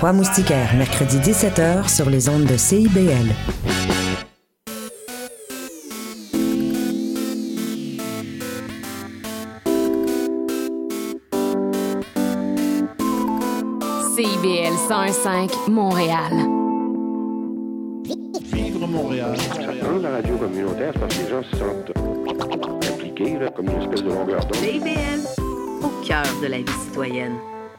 Trois Moustiquaires, mercredi 17h sur les ondes de CIBL. CIBL 101.5 Montréal. Vivre Montréal. Dans la radio communautaire, c'est parce que les gens se sentent impliqués, là, comme une espèce de longueur d'onde. CIBL, au cœur de la vie citoyenne.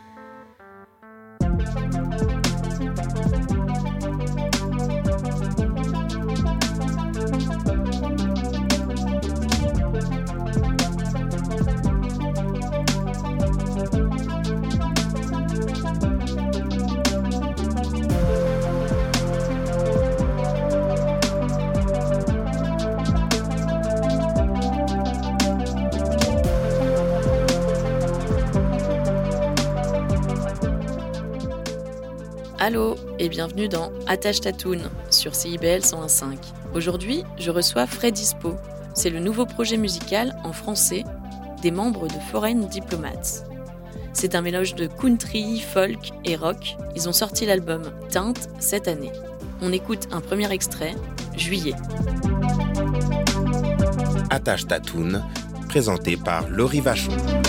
Allô et bienvenue dans Attache ta toune sur CIBL 101.5. Aujourd'hui, je reçois Fredispo. C'est le nouveau projet musical en français des membres de Foreign Diplomats. C'est un mélange de country, folk et rock. Ils ont sorti l'album Teinte cette année. On écoute un premier extrait, Juillet. Attache ta toune, présenté par Laurie Vachon.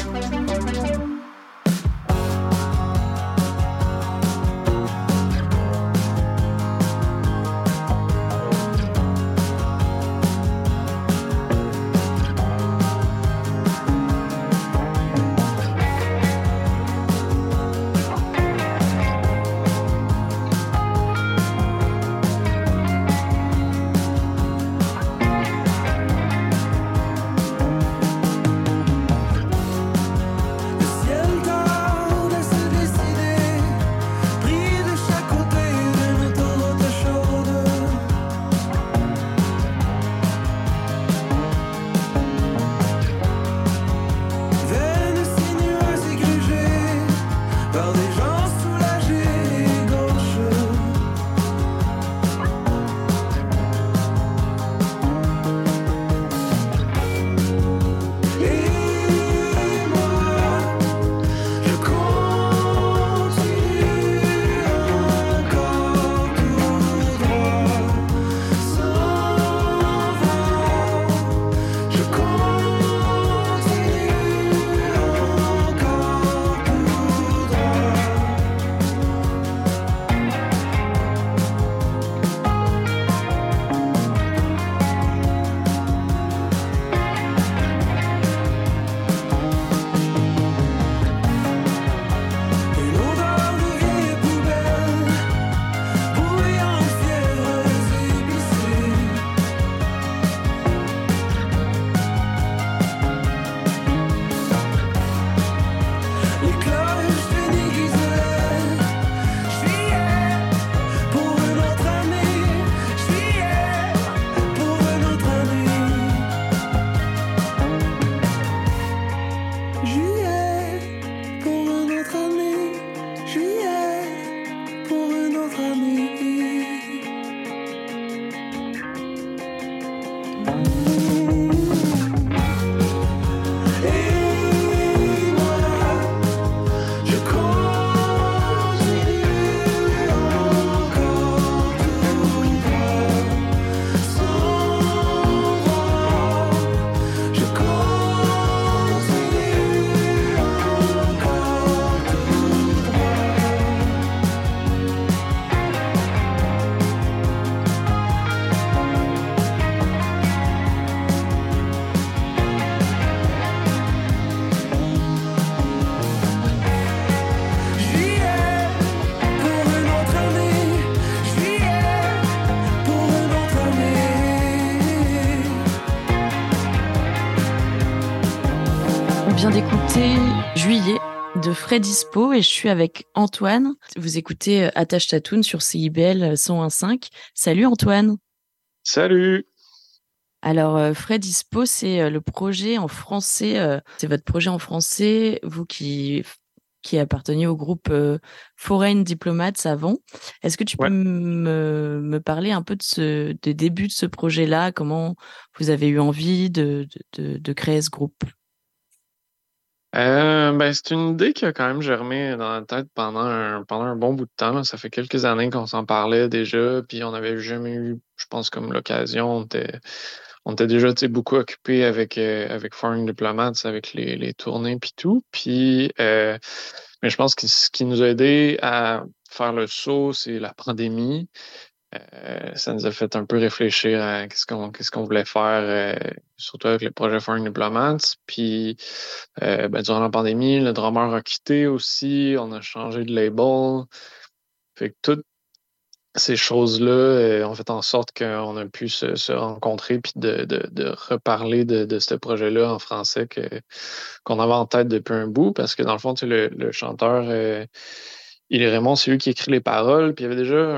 D'écouter Juillet de Fredispo et je suis avec Antoine. Vous écoutez Attache ta toune sur CIBL 101.5. Salut Antoine. Salut. Alors Fredispo, c'est le projet en français. C'est votre projet en français, vous qui apparteniez au groupe Foreign Diplomats avant. Est-ce que tu peux me parler un peu des débuts de ce projet-là, comment vous avez eu envie de créer ce groupe? C'est une idée qui a quand même germé dans la tête pendant un bon bout de temps, là. Ça fait quelques années qu'on s'en parlait déjà, puis on n'avait jamais eu, je pense, comme l'occasion. On était déjà, tu sais, beaucoup occupés avec Foreign Diplomats, avec les tournées puis tout. Mais je pense que ce qui nous a aidé à faire le saut, c'est la pandémie. Ça nous a fait un peu réfléchir à qu'est-ce qu'on voulait faire, surtout avec le projet Foreign Diplomats. Puis, durant la pandémie, le drummer a quitté aussi. On a changé de label. Fait que toutes ces choses-là ont fait en sorte qu'on a pu se rencontrer puis de reparler de ce projet-là en français qu'on avait en tête depuis un bout. Parce que dans le fond, tu sais, le chanteur, il est Raymond, c'est lui qui écrit les paroles. Puis il y avait déjà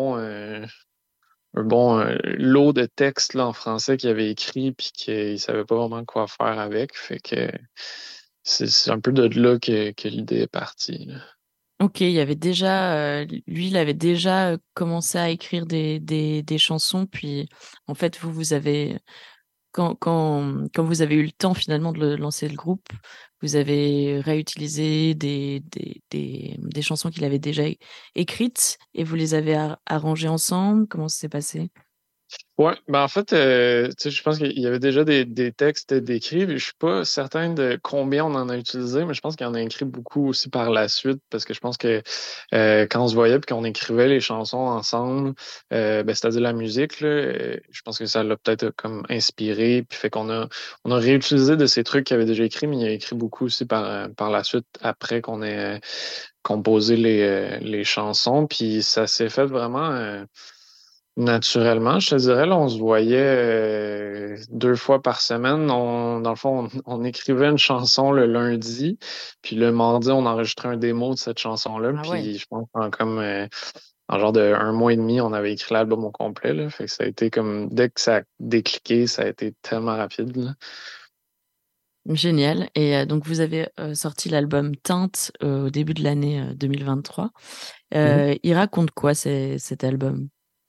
un bon lot de textes là, en français qu'il avait écrit puis qu'il savait pas vraiment quoi faire avec. Fait que c'est un peu de là que l'idée est partie, là. Ok, il y avait déjà, lui, il avait déjà commencé à écrire des chansons, puis en fait, vous avez, quand vous avez eu le temps finalement de lancer le groupe, vous avez réutilisé des chansons qu'il avait déjà écrites et vous les avez arrangées ensemble. Comment ça s'est passé? Ouais, en fait, tu sais, je pense qu'il y avait déjà des textes d'écrits. Je suis pas certain de combien on en a utilisé, mais je pense qu'il y en a écrit beaucoup aussi par la suite, parce que je pense que quand on se voyait puis qu'on écrivait les chansons ensemble, c'est-à-dire la musique, là, je pense que ça l'a peut-être comme inspiré, puis fait qu'on a réutilisé de ces trucs qu'il avait déjà écrits, mais il a écrit beaucoup aussi par la suite après qu'on ait composé les chansons, puis ça s'est fait vraiment. Naturellement, je te dirais, là, on se voyait 2 fois par semaine. Dans le fond, on écrivait une chanson le lundi, puis le mardi, on enregistrait un démo de cette chanson-là. Ah ouais. Puis je pense en genre de 1 mois et demi, on avait écrit l'album au complet, là. Fait que ça a été comme dès que ça a décliqué, ça a été tellement rapide, là. Génial. Et donc, vous avez sorti l'album Teinte au début de l'année 2023. Mhm. Il raconte quoi cet album?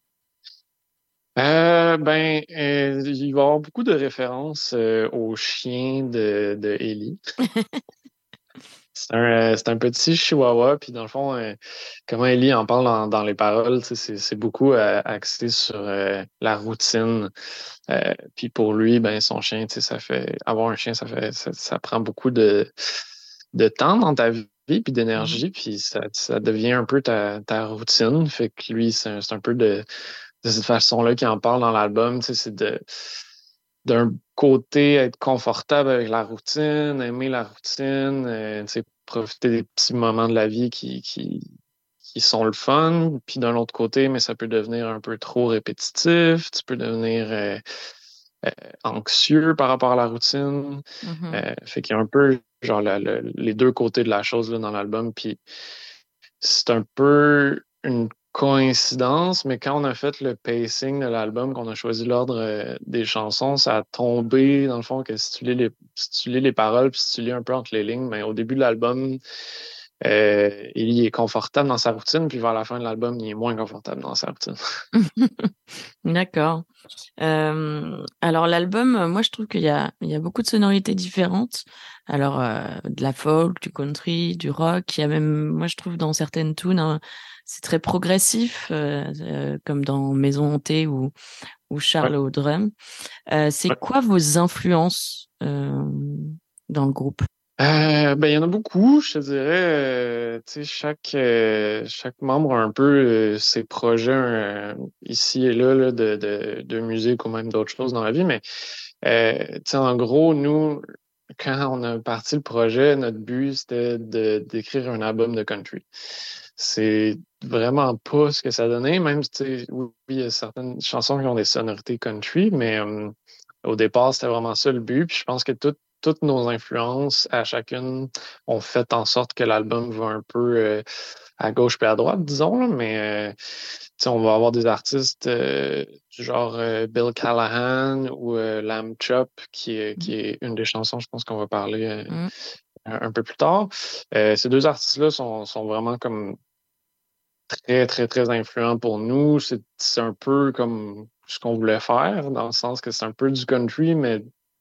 Il va y avoir beaucoup de références au chien de Ellie. C'est un petit chihuahua, puis dans le fond, comment Ellie en parle dans les paroles, tu sais, c'est beaucoup axé sur la routine. Puis pour lui, son chien, tu sais, avoir un chien, ça prend beaucoup de temps dans ta vie, puis Mhm. d'énergie, puis ça devient un peu ta routine. Fait que lui, c'est un peu de cette façon-là qu'il en parle dans l'album, tu sais, c'est d'un côté être confortable avec la routine, aimer la routine, tu sais, profiter des petits moments de la vie qui sont le fun. Puis d'un autre côté, mais ça peut devenir un peu trop répétitif, tu peux devenir euh, anxieux par rapport à la routine. Mhm. Fait qu'il y a un peu genre les deux côtés de la chose là, dans l'album. Puis c'est un peu une coïncidence, mais quand on a fait le pacing de l'album, qu'on a choisi l'ordre des chansons, ça a tombé, dans le fond, que si tu lis les paroles, puis si tu lis un peu entre les lignes, mais au début de l'album, il est confortable dans sa routine, puis vers la fin de l'album, il est moins confortable dans sa routine. D'accord. Alors l'album, moi je trouve qu'il y a beaucoup de sonorités différentes. Alors de la folk, du country, du rock. Il y a même, moi je trouve dans certaines tunes, hein, c'est très progressif, comme dans Maison hantée ou Ouais. Charles au drum. C'est Ouais. quoi vos influences dans le groupe? Il y en a beaucoup, je te dirais. Tu sais, chaque membre a un peu ses projets ici et là, de musique ou même d'autres choses dans la vie. Mais tu sais, en gros, nous, quand on a parti le projet, notre but, c'était d'écrire un album de country. C'est vraiment pas ce que ça donnait, même si, tu sais, oui, il y a certaines chansons qui ont des sonorités country, mais au départ, c'était vraiment ça le but. Puis je pense que toutes nos influences à chacune ont fait en sorte que l'album va un peu à gauche puis à droite, disons, là, mais tu sais, on va avoir des artistes du genre Bill Callahan ou Lamb Chop, qui est une des chansons, je pense qu'on va parler Mm. un peu plus tard. Ces deux artistes-là sont vraiment comme très, très, très influents pour nous. C'est un peu comme ce qu'on voulait faire, dans le sens que c'est un peu du country, mais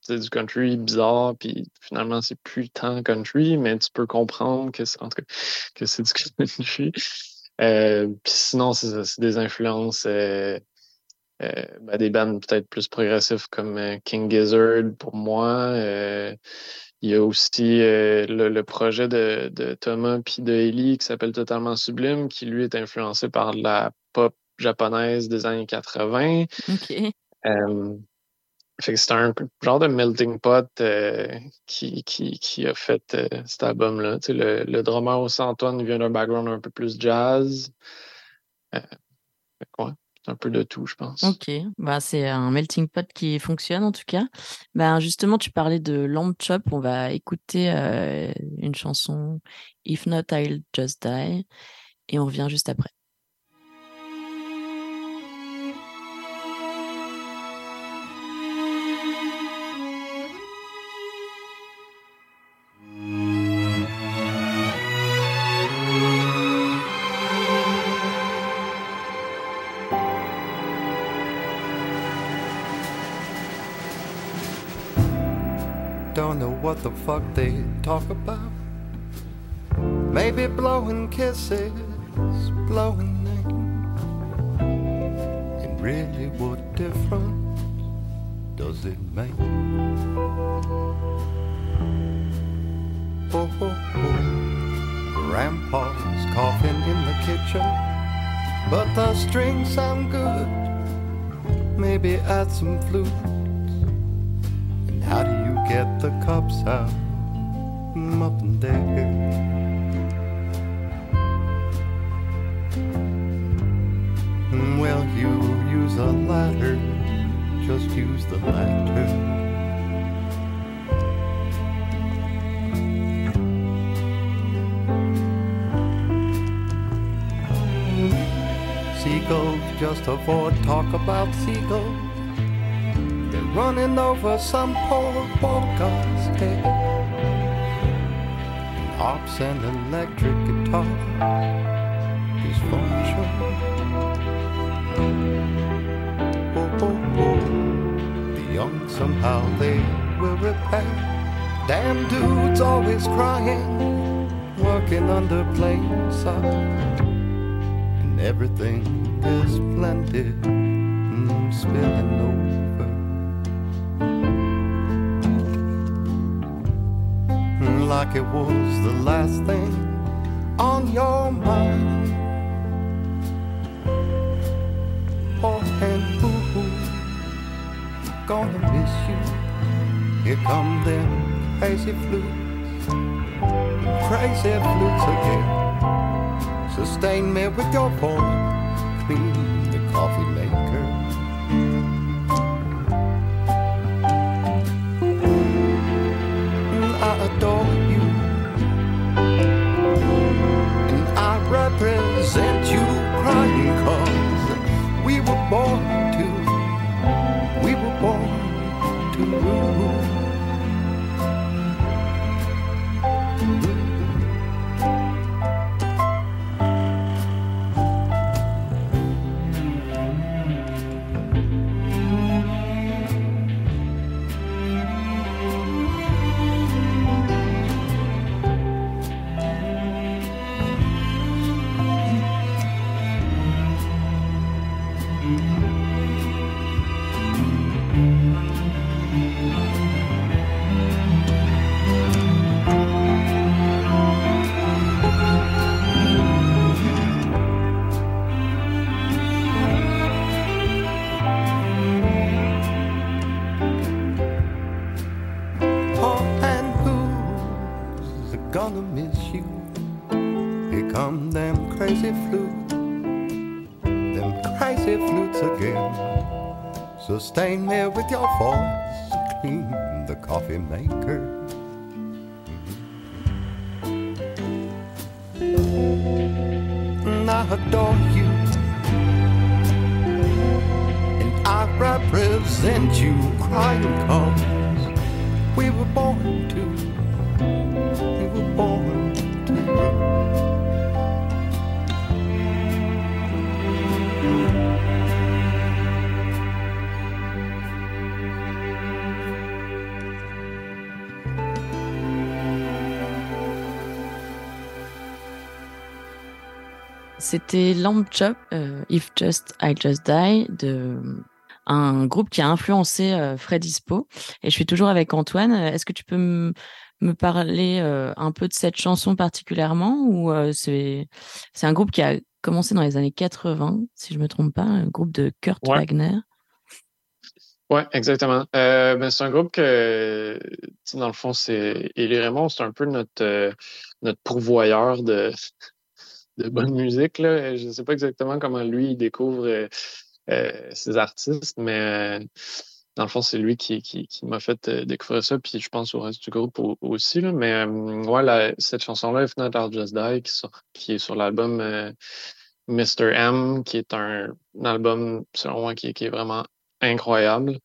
c'est du country bizarre, puis finalement, c'est plus tant country, mais tu peux comprendre que c'est, en tout cas, que c'est du country. Puis sinon, c'est des influences des bands peut-être plus progressifs comme King Gizzard pour moi. Il y a aussi le projet de Thomas puis de Ellie qui s'appelle Totalement Sublime, qui lui est influencé par de la pop japonaise des années 80. OK. Fait que c'est un genre de melting pot qui a fait cet album-là. Tu sais, le drummer aussi, Antoine, vient d'un background un peu plus jazz. Ouais, c'est un peu de tout, je pense. OK. Bah, c'est un melting pot qui fonctionne en tout cas. Ben, justement, tu parlais de Lamb Chop. On va écouter une chanson, If Not, I'll Just Die. Et on revient juste après. Don't know what the fuck they talk about. Maybe blowing kisses, blowing names. And really, what difference does it make? Oh, oh, oh. Grandpa's coughing in the kitchen, but the strings sound good. Maybe add some flute. And how do you get the cups out up and down? Well, you use a ladder, just use the ladder. Seagulls, just avoid talk about seagulls. They're running over some poor guy's head. Harps and electric guitar dysfunction. Oh, oh, oh. The young somehow they will repair. Damn dudes always crying, working under plain sun. And everything is splendid, spilling over. Like it was the last thing on your mind. Oh, and who gonna miss you? Here come them crazy flutes again. Sustain me with your voice, clean the coffee maker. I adore you, and I represent you, crying 'cause we were born to rule. Gonna miss you. Here come them crazy flutes again. Sustain me with your voice, clean the coffee maker. And I adore you, and I represent you, crying 'cause we were born to. Born to C'était Lamb Chop, If Just I Just Die, un groupe qui a influencé Fred Dispo. Et je suis toujours avec Antoine. Est-ce que tu peux me parler un peu de cette chanson particulièrement, ou c'est un groupe qui a commencé dans les années 80, si je me trompe pas, un groupe de Kurt Ouais. Wagner. Ouais, exactement. C'est un groupe que, dans le fond, Élie Raymond, c'est un peu notre pourvoyeur de bonne musique, là. Je sais pas exactement comment lui il découvre ses artistes, mais dans le fond, c'est lui qui m'a fait découvrir ça, puis je pense au reste du groupe aussi, là. Mais ouais, cette chanson-là, If Not I'll Just Die, qui est sur l'album Mr. M, qui est un album, selon moi, qui est vraiment incroyable.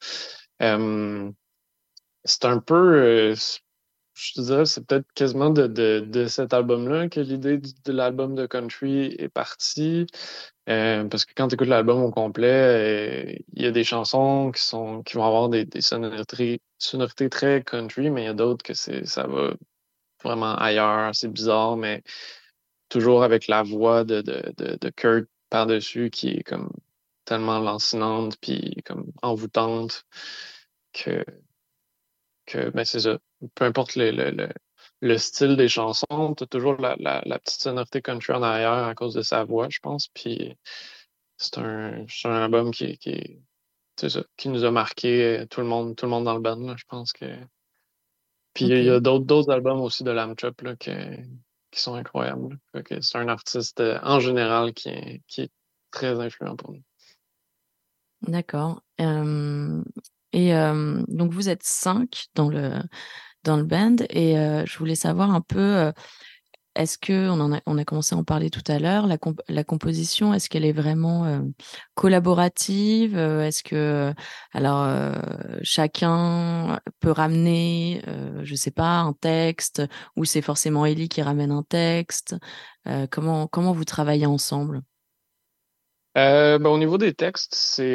C'est un peu, je te dirais, c'est peut-être quasiment de cet album-là que l'idée de l'album de country est partie. Parce que quand tu écoutes l'album au complet, il y a des chansons qui vont avoir des sonorités très country, mais il y a d'autres que ça va vraiment ailleurs, c'est bizarre, mais toujours avec la voix de Kurt par-dessus qui est comme tellement lancinante puis comme envoûtante que ben c'est ça. Peu importe le style des chansons, t'as toujours la petite sonorité country en arrière à cause de sa voix, je pense. Puis c'est un album c'est ça, qui nous a marqué tout le monde dans le band, là, je pense que. Puis il y a d'autres albums aussi de Lamb Chop là, qui sont incroyables. Fait que c'est un artiste en général qui est très influent pour nous. D'accord. Et donc vous êtes 5 dans le band, et je voulais savoir un peu, est-ce que on a commencé à en parler tout à l'heure, la composition, est-ce qu'elle est vraiment collaborative? Est-ce que alors chacun peut ramener, je sais pas, un texte, ou c'est forcément Élie qui ramène un texte? Comment vous travaillez ensemble? Au niveau des textes,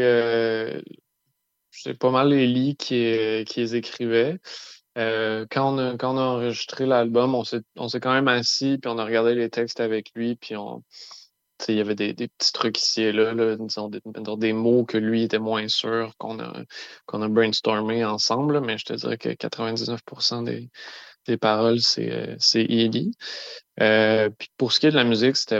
c'est pas mal Ellie qui les écrivait. Quand on a enregistré l'album, on s'est quand même assis, puis on a regardé les textes avec lui, puis tu sais, il y avait des petits trucs ici et là, disons, des mots que lui était moins sûr qu'on a brainstormé ensemble, mais je te dirais que 99% des paroles, c'est Ellie. Puis pour ce qui est de la musique, c'était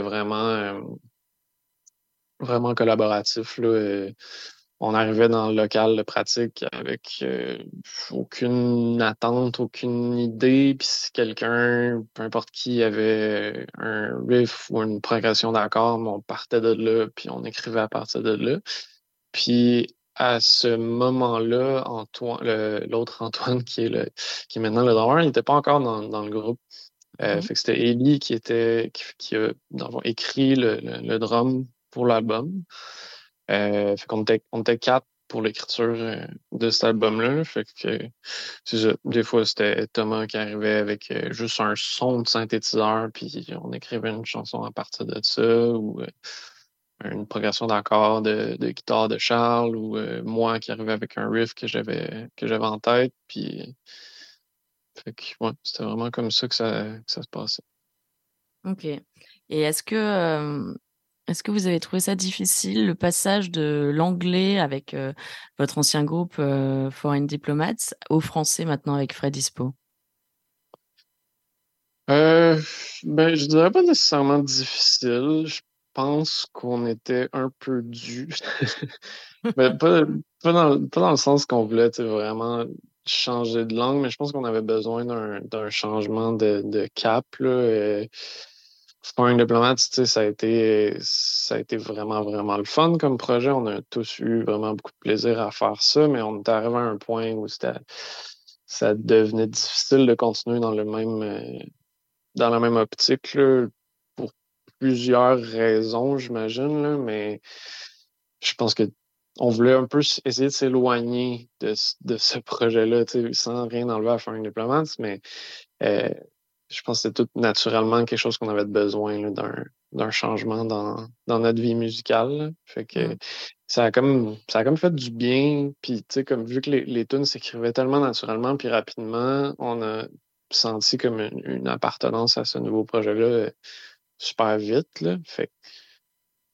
vraiment collaboratif, là. On arrivait dans le local de pratique avec aucune attente, aucune idée. Puis si quelqu'un, peu importe qui, avait un riff ou une progression d'accords, on partait de là, puis on écrivait à partir de là. Puis à ce moment-là, l'autre Antoine, qui est maintenant le drummer, il n'était pas encore dans le groupe. Fait que c'était Ellie qui a dans le fond, écrit le drum pour l'album. Fait qu'on était 4 pour l'écriture de cet album-là. Fait que c'est ça. Des fois, c'était Thomas qui arrivait avec juste un son de synthétiseur, puis on écrivait une chanson à partir de ça, ou une progression d'accords de guitare de Charles, ou moi qui arrivais avec un riff que j'avais en tête. Puis fait que, ouais, c'était vraiment comme ça que ça se passait. Ok. Et est-ce que vous avez trouvé ça difficile, le passage de l'anglais avec votre ancien groupe Foreign Diplomats au français maintenant avec Fred Dispo? Je dirais pas nécessairement difficile. Je pense qu'on était un peu dû. Mais pas dans le sens qu'on voulait vraiment changer de langue, mais je pense qu'on avait besoin d'un changement de cap, là. Pour un diplomate, tu sais, ça a été vraiment, vraiment le fun comme projet. On a tous eu vraiment beaucoup de plaisir à faire ça, mais on est arrivé à un point où ça devenait difficile de continuer dans la même optique, là, pour plusieurs raisons, j'imagine, là, mais je pense que on voulait un peu essayer de s'éloigner de ce projet-là, tu sais, sans rien enlever à faire un diplomate, mais je pense que c'était tout naturellement quelque chose qu'on avait besoin là, d'un changement dans notre vie musicale, là. Fait que ça a comme fait du bien. Puis, tu sais, comme vu que les tunes s'écrivaient tellement naturellement puis rapidement, on a senti comme une appartenance à ce nouveau projet-là super vite, là. Fait que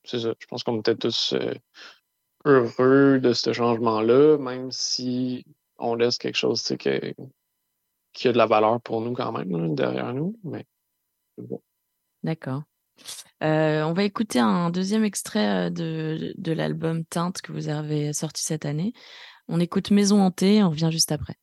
c'est ça. Je pense qu'on était tous heureux de ce changement-là, même si on laisse quelque chose, tu sais, qui a de la valeur pour nous quand même, là, derrière nous. Mais bon. D'accord. On va écouter un deuxième extrait de l'album Teinte que vous avez sorti cette année. On écoute Maison hantée, on revient juste après.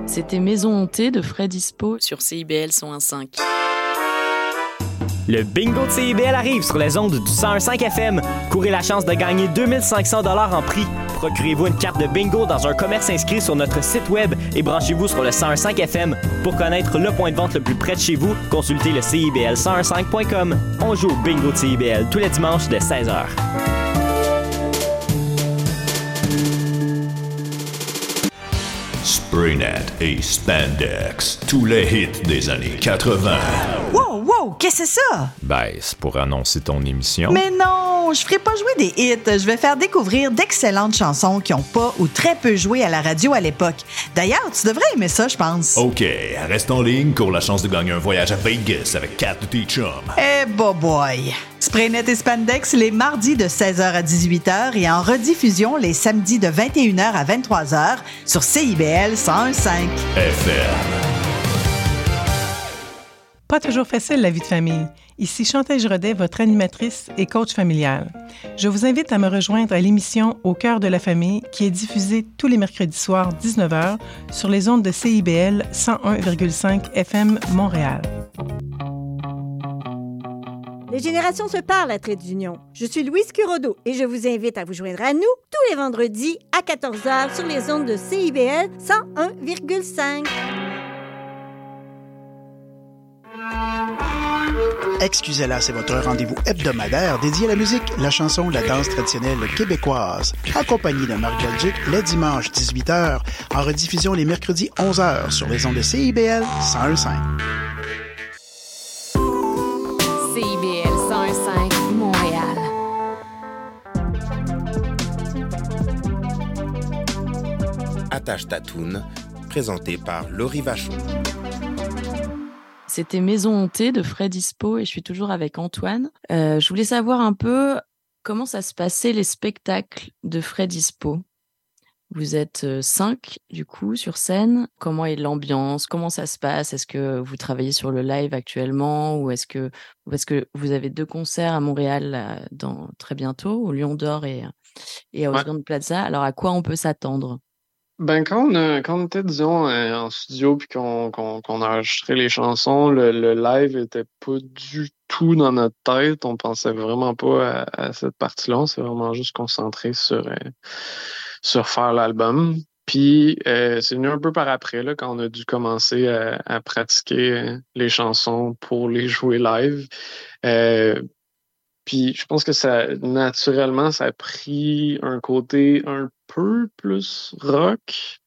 C'était Maison hantée de Fred Dispo sur CIBL 101.5. Le bingo de CIBL arrive sur les ondes du 101.5 FM. Courez la chance de gagner 2500 $ en prix. Procurez-vous une carte de bingo dans un commerce inscrit sur notre site web et branchez-vous sur le 101.5 FM. Pour connaître le point de vente le plus près de chez vous, consultez le CIBL1015.com. On joue au bingo de CIBL tous les dimanches dès 16h. Spraynet et Spandex, tous les hits des années 80. Wow, qu'est-ce que c'est ça? Ben, c'est pour annoncer ton émission. Mais non, je ferai pas jouer des hits. Je vais faire découvrir d'excellentes chansons qui ont pas ou très peu joué à la radio à l'époque. D'ailleurs, tu devrais aimer ça, je pense. OK, reste en ligne, cours la chance de gagner un voyage à Vegas avec Kat de tes chums. Eh boy! Spraynet et Spandex les mardis de 16h à 18h et en rediffusion les samedis de 21h à 23h sur CIBL 101.5 FM. Pas toujours facile la vie de famille. Ici Chantal Giraudet, votre animatrice et coach familial. Je vous invite à me rejoindre à l'émission Au cœur de la famille qui est diffusée tous les mercredis soirs 19h sur les ondes de CIBL 101,5 FM Montréal. Les générations se parlent à Trait d'Union. Je suis Louise Curodo et je vous invite à vous joindre à nous tous les vendredis à 14h sur les ondes de CIBL 101,5. Excusez-la, c'est votre rendez-vous hebdomadaire dédié à la musique, la chanson, la danse traditionnelle québécoise. Accompagné de Marc Belgique les dimanches 18h, en rediffusion les mercredis 11h sur les ondes de CIBL 101.5. CIBL 101.5 Montréal. Attache ta toune, présenté par Laurie Vachon. C'était Maison hantée de Fred Dispo et je suis toujours avec Antoine. Je voulais savoir un peu comment ça se passait les spectacles de Fred Dispo. Vous êtes 5 du coup sur scène. Comment est l'ambiance? Comment ça se passe? Est-ce que vous travaillez sur le live actuellement ou est-ce que vous avez 2 concerts à Montréal là, très bientôt, au Lion d'Or et à Osborne Plaza? Alors à quoi on peut s'attendre? Ben, quand on était, disons, en studio puis qu'on a enregistré les chansons, le live était pas du tout dans notre tête. On pensait vraiment pas à cette partie-là. On s'est vraiment juste concentré sur faire l'album. Puis c'est venu un peu par après, là, quand on a dû commencer à pratiquer les chansons pour les jouer live. Puis je pense que ça, naturellement, ça a pris un côté un peu plus rock.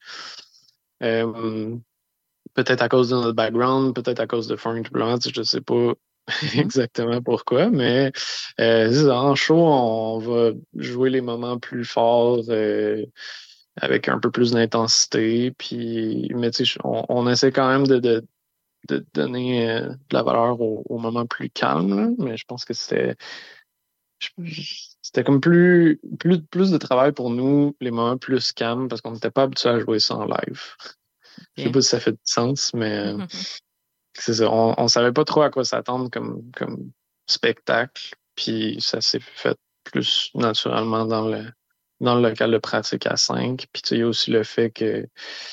Peut-être à cause de notre background, peut-être à cause de Funk Blunt, je sais pas exactement pourquoi, mais en show, on va jouer les moments plus forts avec un peu plus d'intensité. Puis, mais tu sais, on essaie quand même de donner de la valeur au moment plus calme, là, mais je pense que c'était comme plus de travail pour nous, les moments plus calmes, parce qu'on n'était pas habitué à jouer ça en live. Je sais pas si ça fait du sens, mais c'est ça. On savait pas trop à quoi s'attendre comme spectacle, puis ça s'est fait plus naturellement dans le local de pratique à 5. Puis il y a aussi le fait que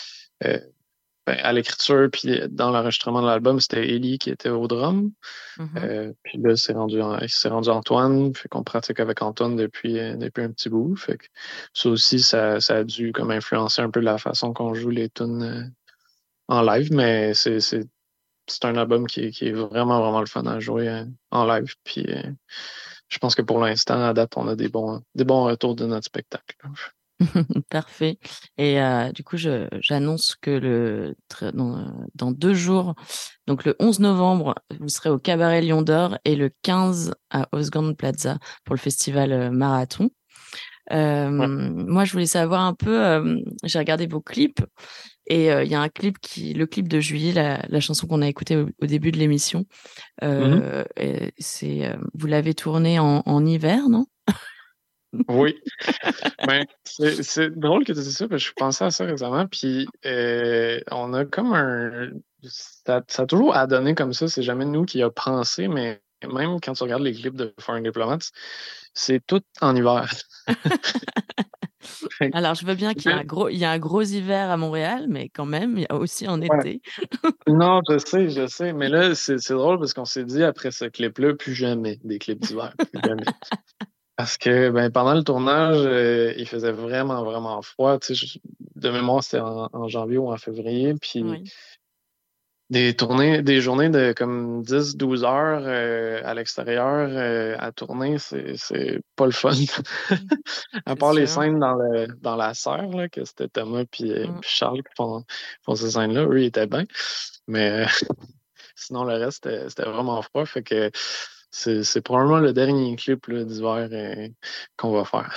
à l'écriture, puis dans l'enregistrement de l'album, c'était Élie qui était au drum. Puis là, c'est rendu Antoine. Fait qu'on pratique avec Antoine depuis un petit bout. Fait que ça aussi, ça a dû comme influencer un peu la façon qu'on joue les tunes en live. Mais c'est un album qui est vraiment, vraiment le fun à jouer en live. Puis je pense que pour l'instant, à date, on a des bons retours de notre spectacle. Parfait. Et du coup, j'annonce que dans 2 jours, donc le 11 novembre, vous serez au Cabaret Lion d'Or et le 15 à Osborne Plaza pour le festival Marathon. Moi, je voulais savoir un peu, j'ai regardé vos clips et il y a un clip le clip de Juillet, la chanson qu'on a écoutée au début de l'émission. Vous l'avez tourné en hiver, non? Oui. Ben, c'est drôle que tu dises ça, parce que je pensais à ça récemment, puis on a comme ça a toujours à donner comme ça, c'est jamais nous qui a pensé, mais même quand tu regardes les clips de Foreign Diplomats, c'est tout en hiver. Alors, je veux bien qu'il y a un gros hiver à Montréal, mais quand même, il y a aussi en été. Non, je sais. Mais là, c'est drôle parce qu'on s'est dit après ce clip-là, plus jamais des clips d'hiver. Plus jamais. Parce que pendant le tournage, il faisait vraiment, vraiment froid. Tu sais, de mémoire, c'était en janvier ou en février. Puis des journées de comme 10-12 heures à l'extérieur à tourner, c'est pas le fun. À part les scènes dans la serre, là, que c'était Thomas puis Charles qui font ces scènes-là, eux, ils étaient bien. Mais sinon, le reste, c'était vraiment froid. Fait que c'est probablement le dernier clip là, d'hiver qu'on va faire.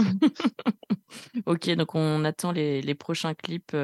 Ok, donc on attend les prochains clips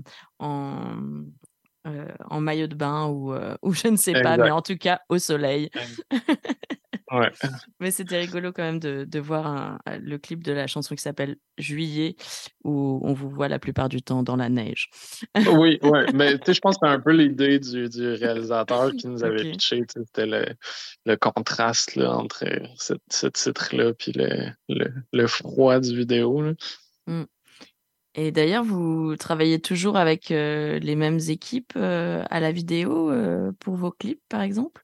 en maillot de bain ou je ne sais pas, mais en tout cas au soleil. Ouais. Mais c'était rigolo quand même de voir le clip de la chanson qui s'appelle Juillet, où on vous voit la plupart du temps dans la neige. Oui, ouais. Mais tu sais, je pense que c'était un peu l'idée du réalisateur qui nous avait pitché. C'était le contraste là, entre ce titre-là puis le froid du vidéo. Là. Et d'ailleurs, vous travaillez toujours avec les mêmes équipes à la vidéo pour vos clips, par exemple?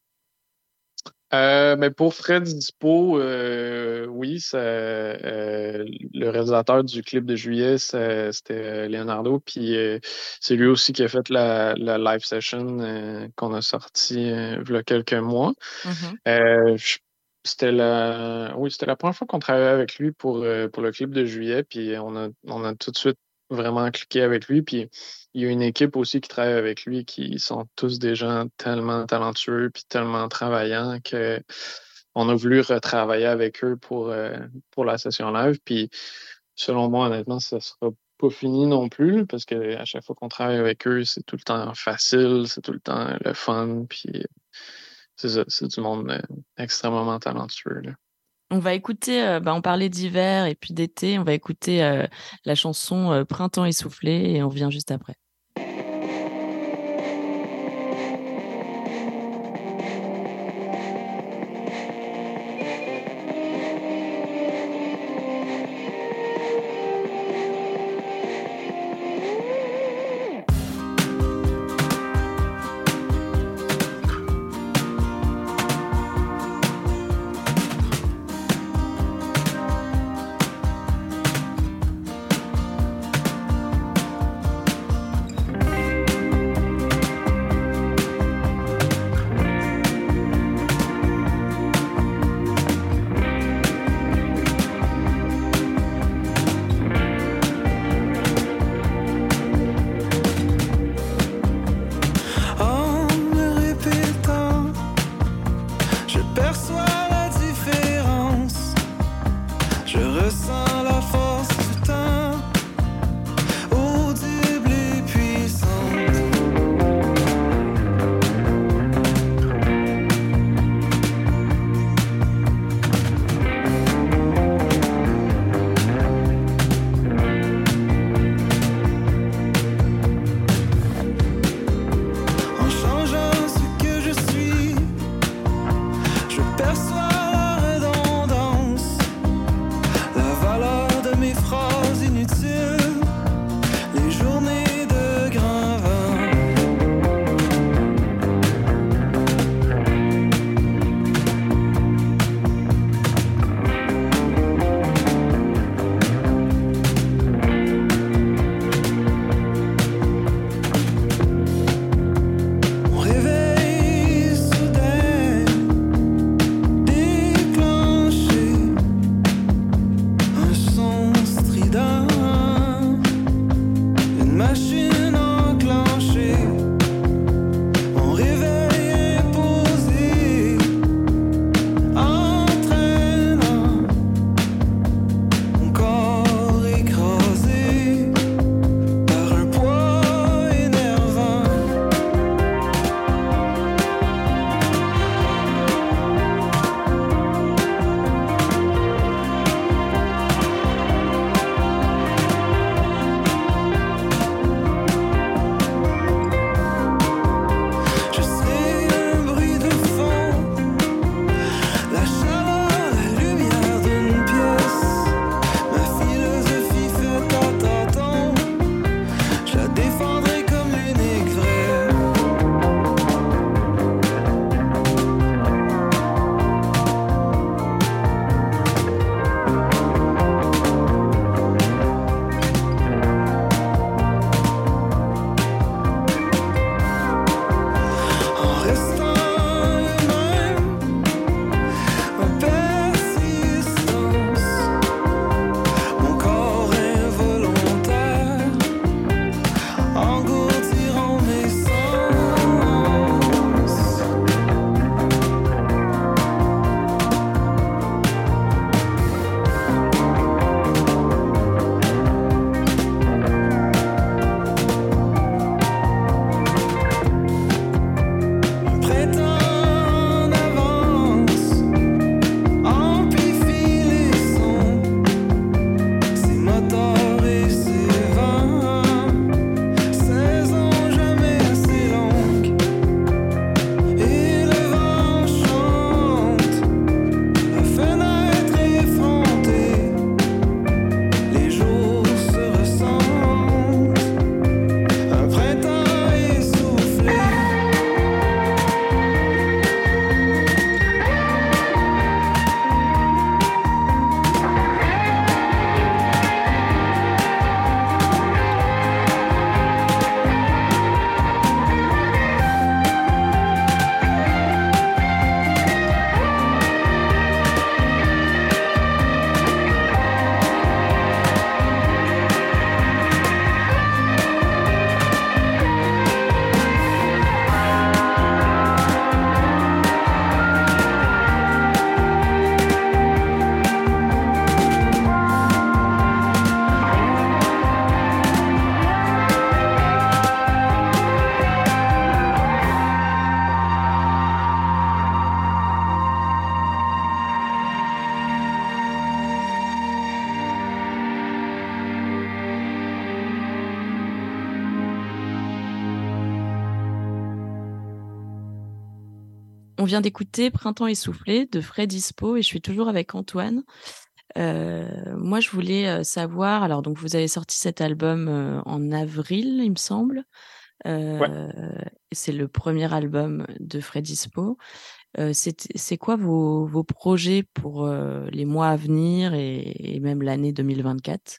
Pour Fred Dispo, oui, le réalisateur du clip de Juillet, c'était Leonardo, puis c'est lui aussi qui a fait la live session qu'on a sortie il y a quelques mois. C'était la première fois qu'on travaillait avec lui pour le clip de Juillet, puis on a tout de suite vraiment cliqué avec lui, puis il y a une équipe aussi qui travaille avec lui qui sont tous des gens tellement talentueux puis tellement travaillants que on a voulu retravailler avec eux pour la session live, puis selon moi, honnêtement, ça sera pas fini non plus, parce que à chaque fois qu'on travaille avec eux, c'est tout le temps facile, c'est tout le temps le fun, puis c'est ça, c'est du monde extrêmement talentueux, là. On va écouter, on parlait d'hiver et puis d'été, on va écouter la chanson Printemps essoufflé et on revient juste après. On vient d'écouter Printemps essoufflé de Fred Dispo et je suis toujours avec Antoine. Moi, je voulais savoir, alors donc vous avez sorti cet album en avril, il me semble. C'est le premier album de Fred Dispo. C'est quoi vos projets pour les mois à venir et même l'année 2024?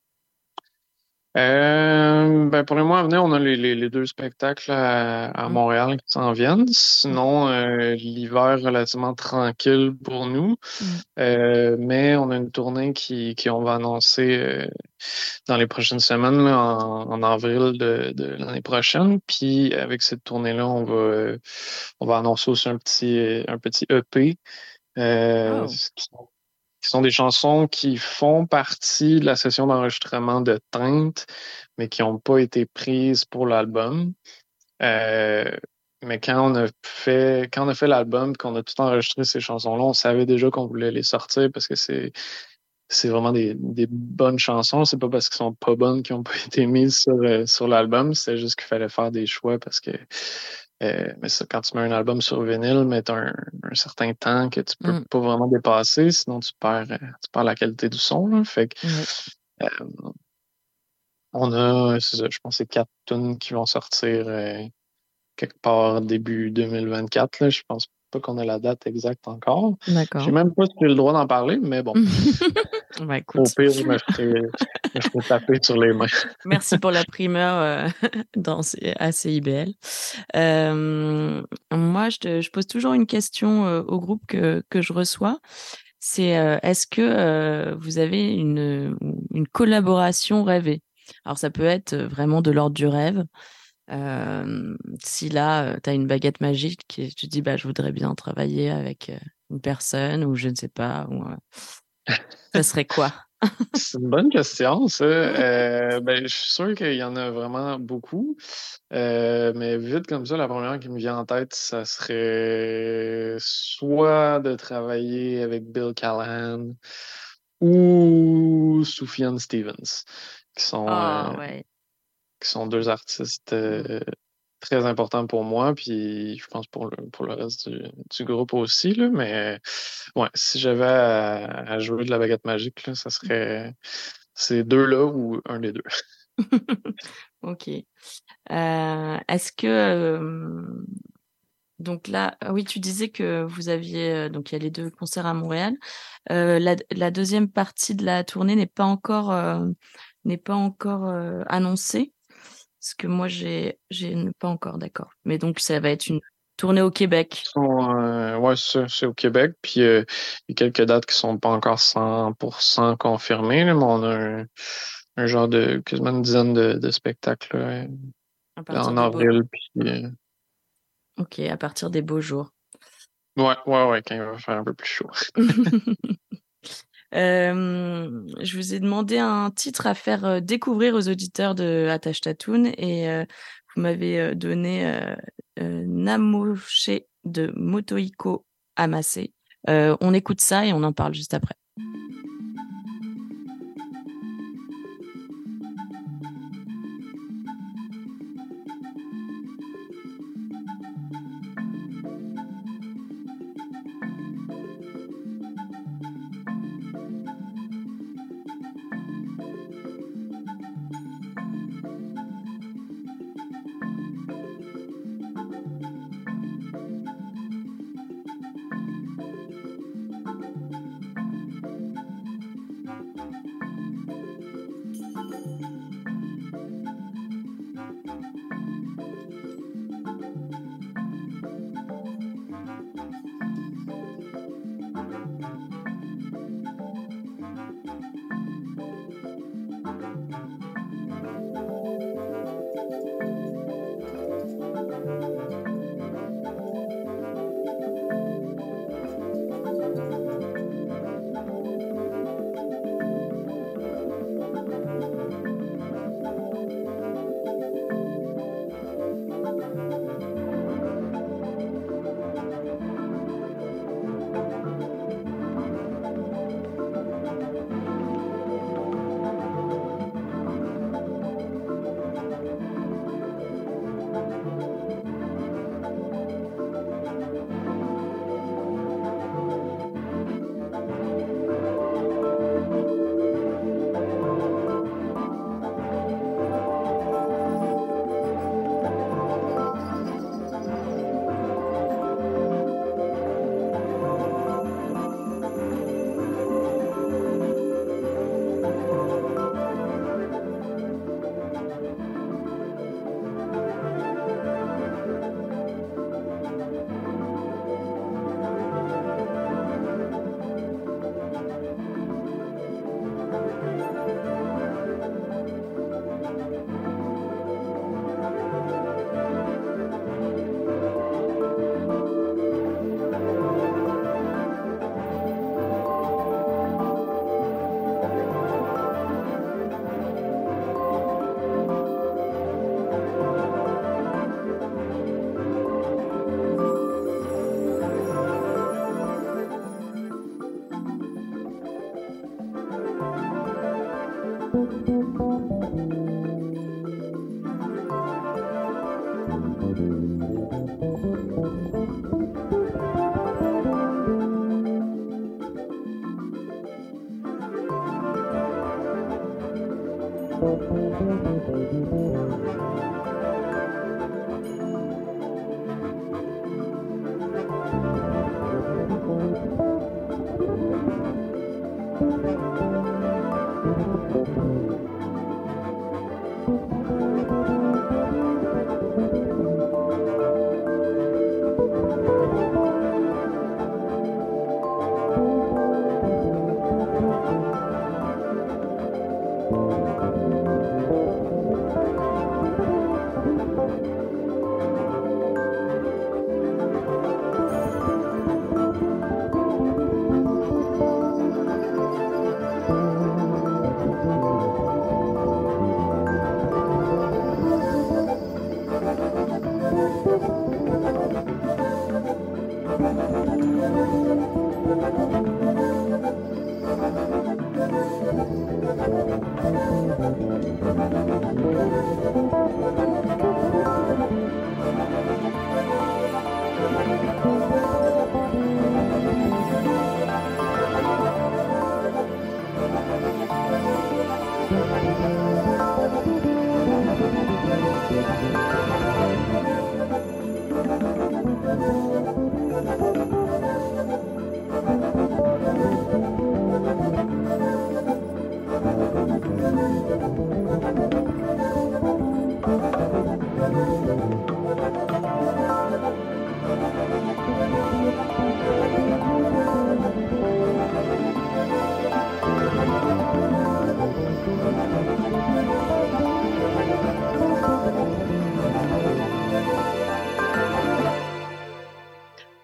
Pour les mois à venir, on a les 2 spectacles à Montréal qui s'en viennent. Sinon, l'hiver relativement tranquille pour nous. Mais on a une tournée on va annoncer dans les prochaines semaines, là, en avril de l'année prochaine. Puis avec cette tournée-là, on va annoncer aussi un petit EP. Qui sont des chansons qui font partie de la session d'enregistrement de Teinte, mais qui n'ont pas été prises pour l'album. Mais quand on a fait l'album, qu'on a tout enregistré ces chansons-là, on savait déjà qu'on voulait les sortir parce que c'est vraiment des bonnes chansons. C'est pas parce qu'elles sont pas bonnes qu'ils n'ont pas été mises sur l'album. C'est juste qu'il fallait faire des choix parce que mais ça, quand tu mets un album sur vinyle, mais tu as un certain temps que tu peux pas vraiment dépasser, sinon tu perds la qualité du son. Là. Fait que, on a, je pense, c'est 4 tunes qui vont sortir quelque part début 2024. Là. Je pense pas qu'on ait la date exacte encore. D'accord. J'ai même pas si j'ai le droit d'en parler, mais bon. Écoute. Au pire, je me ferai taper sur les mains. Merci pour la primeur à CIBL. Moi, je pose toujours une question au groupe que je reçois. C'est est-ce que vous avez une collaboration rêvée? Alors, ça peut être vraiment de l'ordre du rêve. Si là, tu as une baguette magique et tu te dis, je voudrais bien travailler avec une personne ou je ne sais pas, ça serait quoi? C'est une bonne question, ça. Je suis sûr qu'il y en a vraiment beaucoup. Mais vite comme ça, la première qui me vient en tête, ça serait soit de travailler avec Bill Callahan ou Sufjan Stevens, qui sont 2 artistes très importants pour moi, puis je pense pour le reste du groupe aussi. Là, mais si j'avais à jouer de la baguette magique, là, ça serait ces 2-là ou un des 2. Ok. Est-ce que donc là, oui, tu disais que vous aviez donc il y a les 2 concerts à Montréal. La deuxième partie de la tournée n'est pas encore annoncée. Parce que moi, j'ai pas encore, d'accord. Mais donc, ça va être une tournée au Québec. C'est au Québec. Puis, il y a quelques dates qui sont pas encore 100% confirmées. Là, mais on a un genre de quasiment une dizaine de spectacles là, en avril. OK, à partir des beaux jours. Ouais, quand il va faire un peu plus chaud. Je vous ai demandé un titre à faire découvrir aux auditeurs de Attache Tatoune et vous m'avez donné Namoche de Motohiko Amase. On écoute ça et on en parle juste après.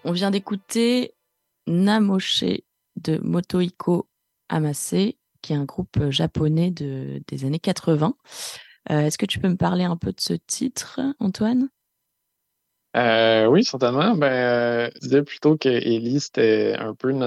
On vient d'écouter Namoche de Motohiko Amase, qui est un groupe japonais des années 80. Est-ce que tu peux me parler un peu de ce titre, Antoine? Oui, certainement. Je disais plutôt que Ellie, c'était un peu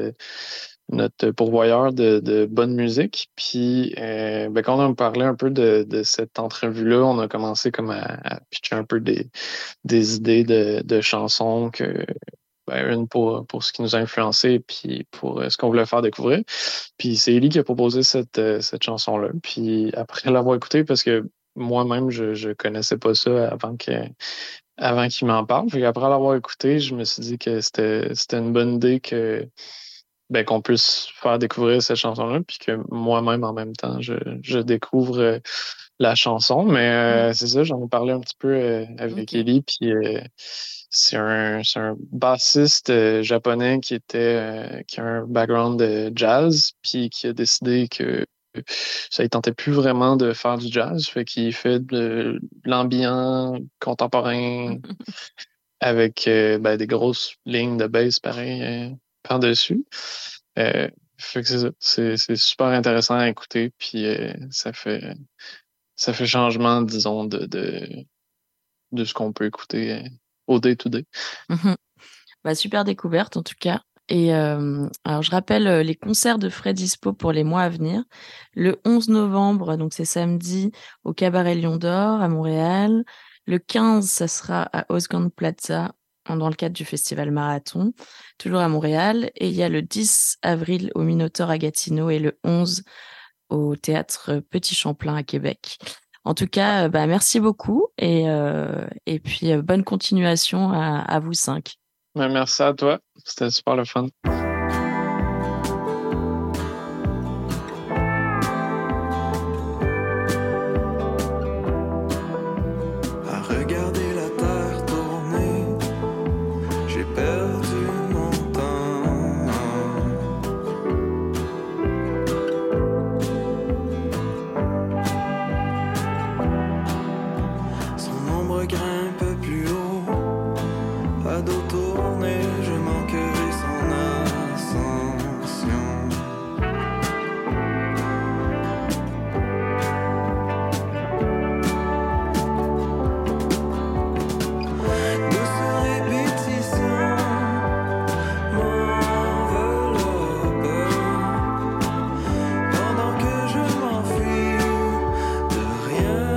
notre pourvoyeur de bonne musique. Puis, quand on a parlé un peu de cette entrevue-là, on a commencé comme à pitcher un peu des idées de chansons une pour ce qui nous a influencé, puis pour ce qu'on voulait faire découvrir. Puis c'est Ellie qui a proposé cette chanson-là. Puis après l'avoir écoutée, parce que moi-même, je connaissais pas ça avant qu'il m'en parle. Puis après l'avoir écouté, je me suis dit que c'était une bonne idée qu'on puisse faire découvrir cette chanson-là, puis que moi-même, en même temps, je découvre la chanson. Mais c'est ça, j'en ai parlé un petit peu avec Ellie, puis c'est un bassiste japonais qui a un background de jazz, puis qui a décidé que ça ne tentait plus vraiment de faire du jazz, fait qu'il fait de l'ambiant contemporain avec des grosses lignes de bass pareil par-dessus. Fait que c'est ça. C'est super intéressant à écouter, puis ça fait changement, disons, de ce qu'on peut écouter au day-to-day. Super découverte, en tout cas. Et alors, je rappelle les concerts de Fred Dispo pour les mois à venir. Le 11 novembre, donc c'est samedi, au Cabaret Lion d'Or à Montréal. Le 15, ça sera à Osgand Plaza, dans le cadre du Festival Marathon, toujours à Montréal. Et il y a le 10 avril au Minotaur à Gatineau et le 11 au Théâtre Petit Champlain à Québec. En tout cas, merci beaucoup et puis bonne continuation à vous 5. Merci à toi, c'était super le fun. À regarder la terre tourner, j'ai perdu mon temps. Son ombre grimpe plus haut, à dos tourné, je manquerai son ascension. Douce répétition m'enveloppe pendant que je m'enfuis de rien.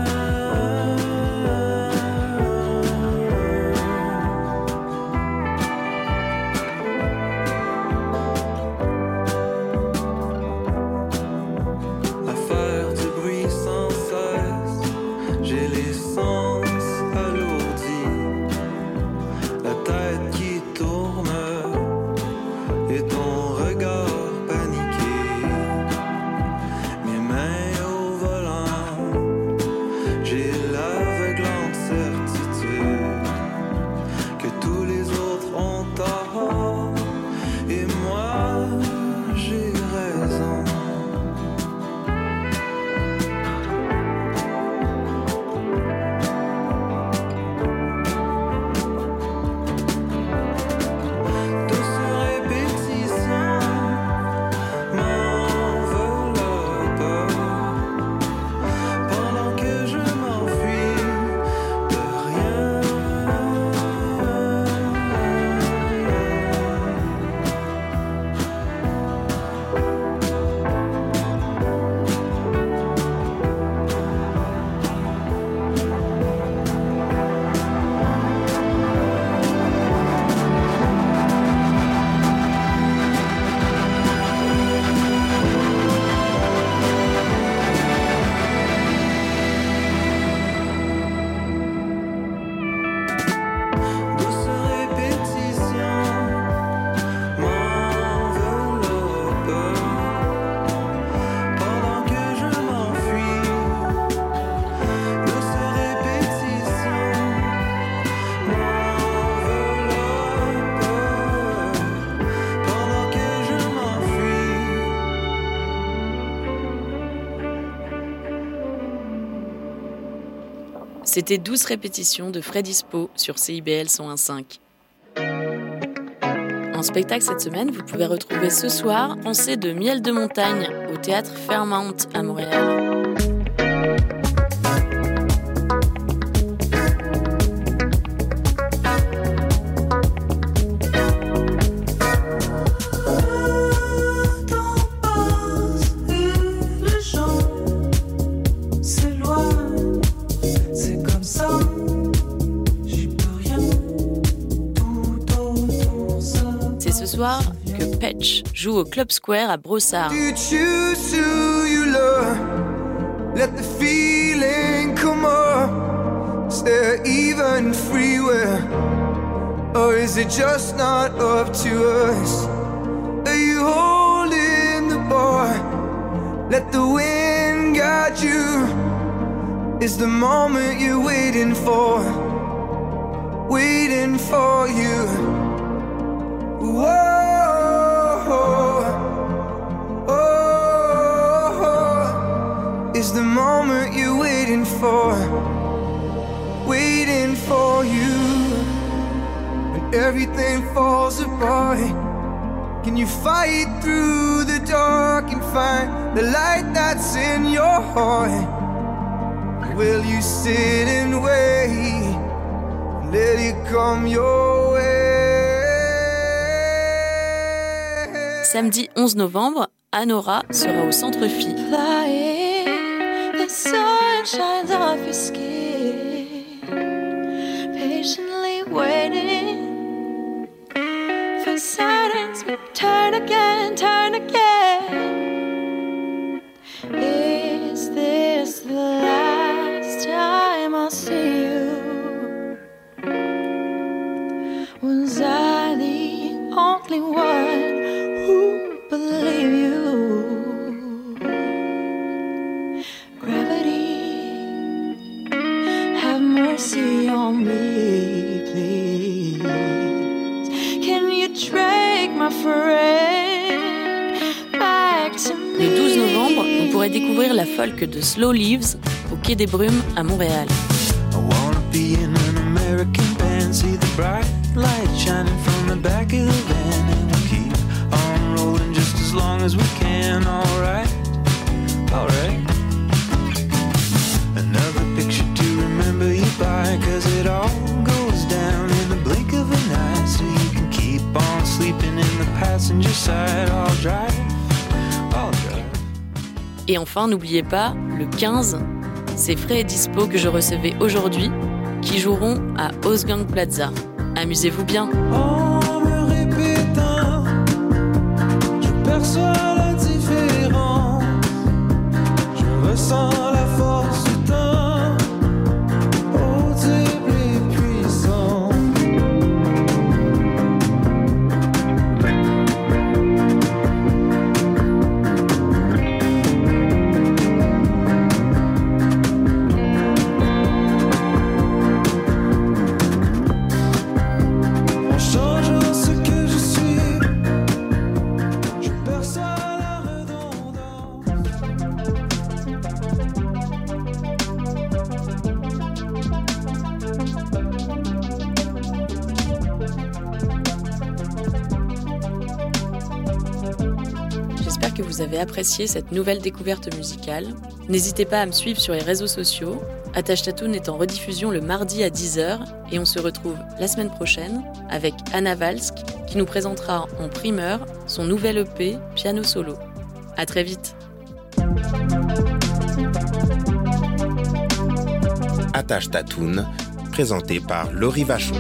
À faire du bruit sans cesse, j'ai les sens alourdis, la tête qui tourne et ton regard paniqué, mes mains au volant, j'ai l'aveuglante certitude que tous les autres ont tort et moi j'ai raison. Douce répétition m'enveloppe pendant que je m'enfuis de rien. Douce répétition m'enveloppe pendant que je m'enfuis. Douce répétition m'enveloppe pendant que je m'enfuis. C'était 12 répétitions de Fred Dispo sur CIBL 101.5. en spectacle cette semaine, vous pouvez retrouver ce soir Pensée de Miel de Montagne au théâtre Fairmount à Montréal. Que Petch joue au Club Square à Brossard. You choose who you love. Let the feeling come up. Is there even free will? Or is it just not up to us? Are you holding the bar? Let the wind guide you. Is the moment you're waiting for you? Whoa. Is the moment you're waiting for you? When everything falls apart, can you fight through the dark and find the light that's in your heart? Will you sit and wait and let it come your way? Samedi 11 novembre, Anora sera au Centre Phi. The sun shines off your skin, patiently waiting for silence, but turn again, turn again. Is this the last time I'll see you? Was I the only one who believed you? Mercy on me, please. Can you drag my friend back to me? Le 12 novembre, on pourrait découvrir la folk de Slow Leaves au Quai des Brumes à Montréal. I wanna be in an American band, see the bright light shining from the back of the van, and we'll keep on rolling just as long as we can. All right. Another picture to remember you by, 'cause it all goes down in the blink of an eye, so you can keep on sleeping in the passenger side. I'll drive. Et enfin, n'oubliez pas, le 15, c'est Frais et Dispo que je recevais aujourd'hui, qui joueront à Osgang Plaza. Amusez-vous bien. En me répétant, je perçois la différence, je ressens la force du temps, audible et puissant. En changeant ce que je suis, je perçois la redondance. J'espère que vous avez apprécié cette nouvelle découverte musicale. N'hésitez pas à me suivre sur les réseaux sociaux. Attache Tatoune est en rediffusion le mardi à 10h et on se retrouve la semaine prochaine avec Anna Valsk qui nous présentera en primeur son nouvel EP Piano Solo. À très vite. Attache Tatoune, présenté par Laurie Vachon.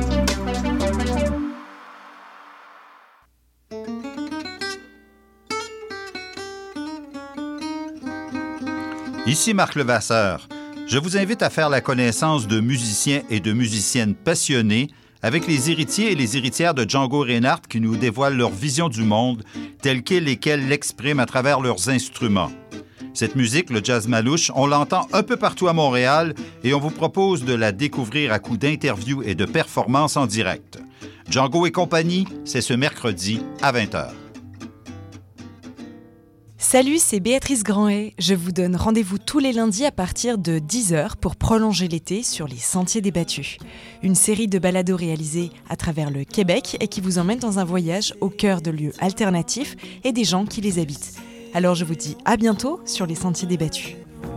Ici Marc Levasseur. Je vous invite à faire la connaissance de musiciens et de musiciennes passionnés avec les héritiers et les héritières de Django Reinhardt qui nous dévoilent leur vision du monde telle qu'elle et qu'elle l'expriment à travers leurs instruments. Cette musique, le jazz malouche, on l'entend un peu partout à Montréal et on vous propose de la découvrir à coups d'interviews et de performances en direct. Django et compagnie, c'est ce mercredi à 20h. Salut, c'est Béatrice Grandet. Je vous donne rendez-vous tous les lundis à partir de 10h pour prolonger l'été sur les Sentiers débattus. Une série de balados réalisés à travers le Québec et qui vous emmène dans un voyage au cœur de lieux alternatifs et des gens qui les habitent. Alors je vous dis à bientôt sur les Sentiers débattus.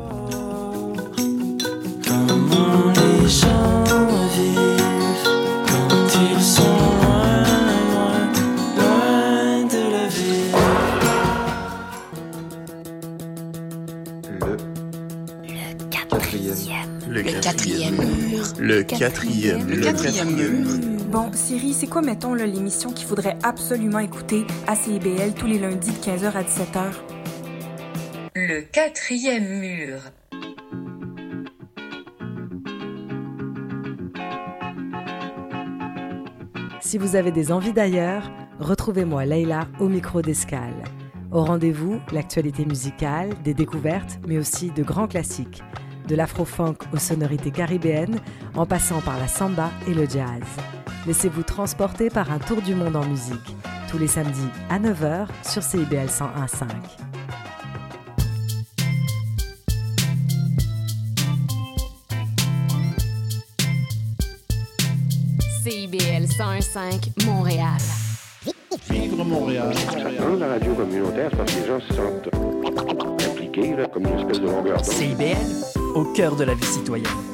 Comment les gens vivent quand ils sont loin de la ville. Le quatrième mur. Bon, Siri, c'est quoi, mettons, là, l'émission qu'il faudrait absolument écouter à CIBL tous les lundis de 15h à 17h? Le quatrième mur. Si vous avez des envies d'ailleurs, retrouvez-moi Leïla au micro d'Escale. Au rendez-vous, l'actualité musicale, des découvertes, mais aussi de grands classiques. De l'afro-funk aux sonorités caribéennes, en passant par la samba et le jazz. Laissez-vous transporter par un tour du monde en musique, tous les samedis à 9h sur CIBL 101.5. CIBL 101.5 Montréal. Vivre Montréal. Dans la radio communautaire, c'est parce que les gens se sentent impliqués, là, comme une espèce de longueur d'onde. CIBL, au cœur de la vie citoyenne.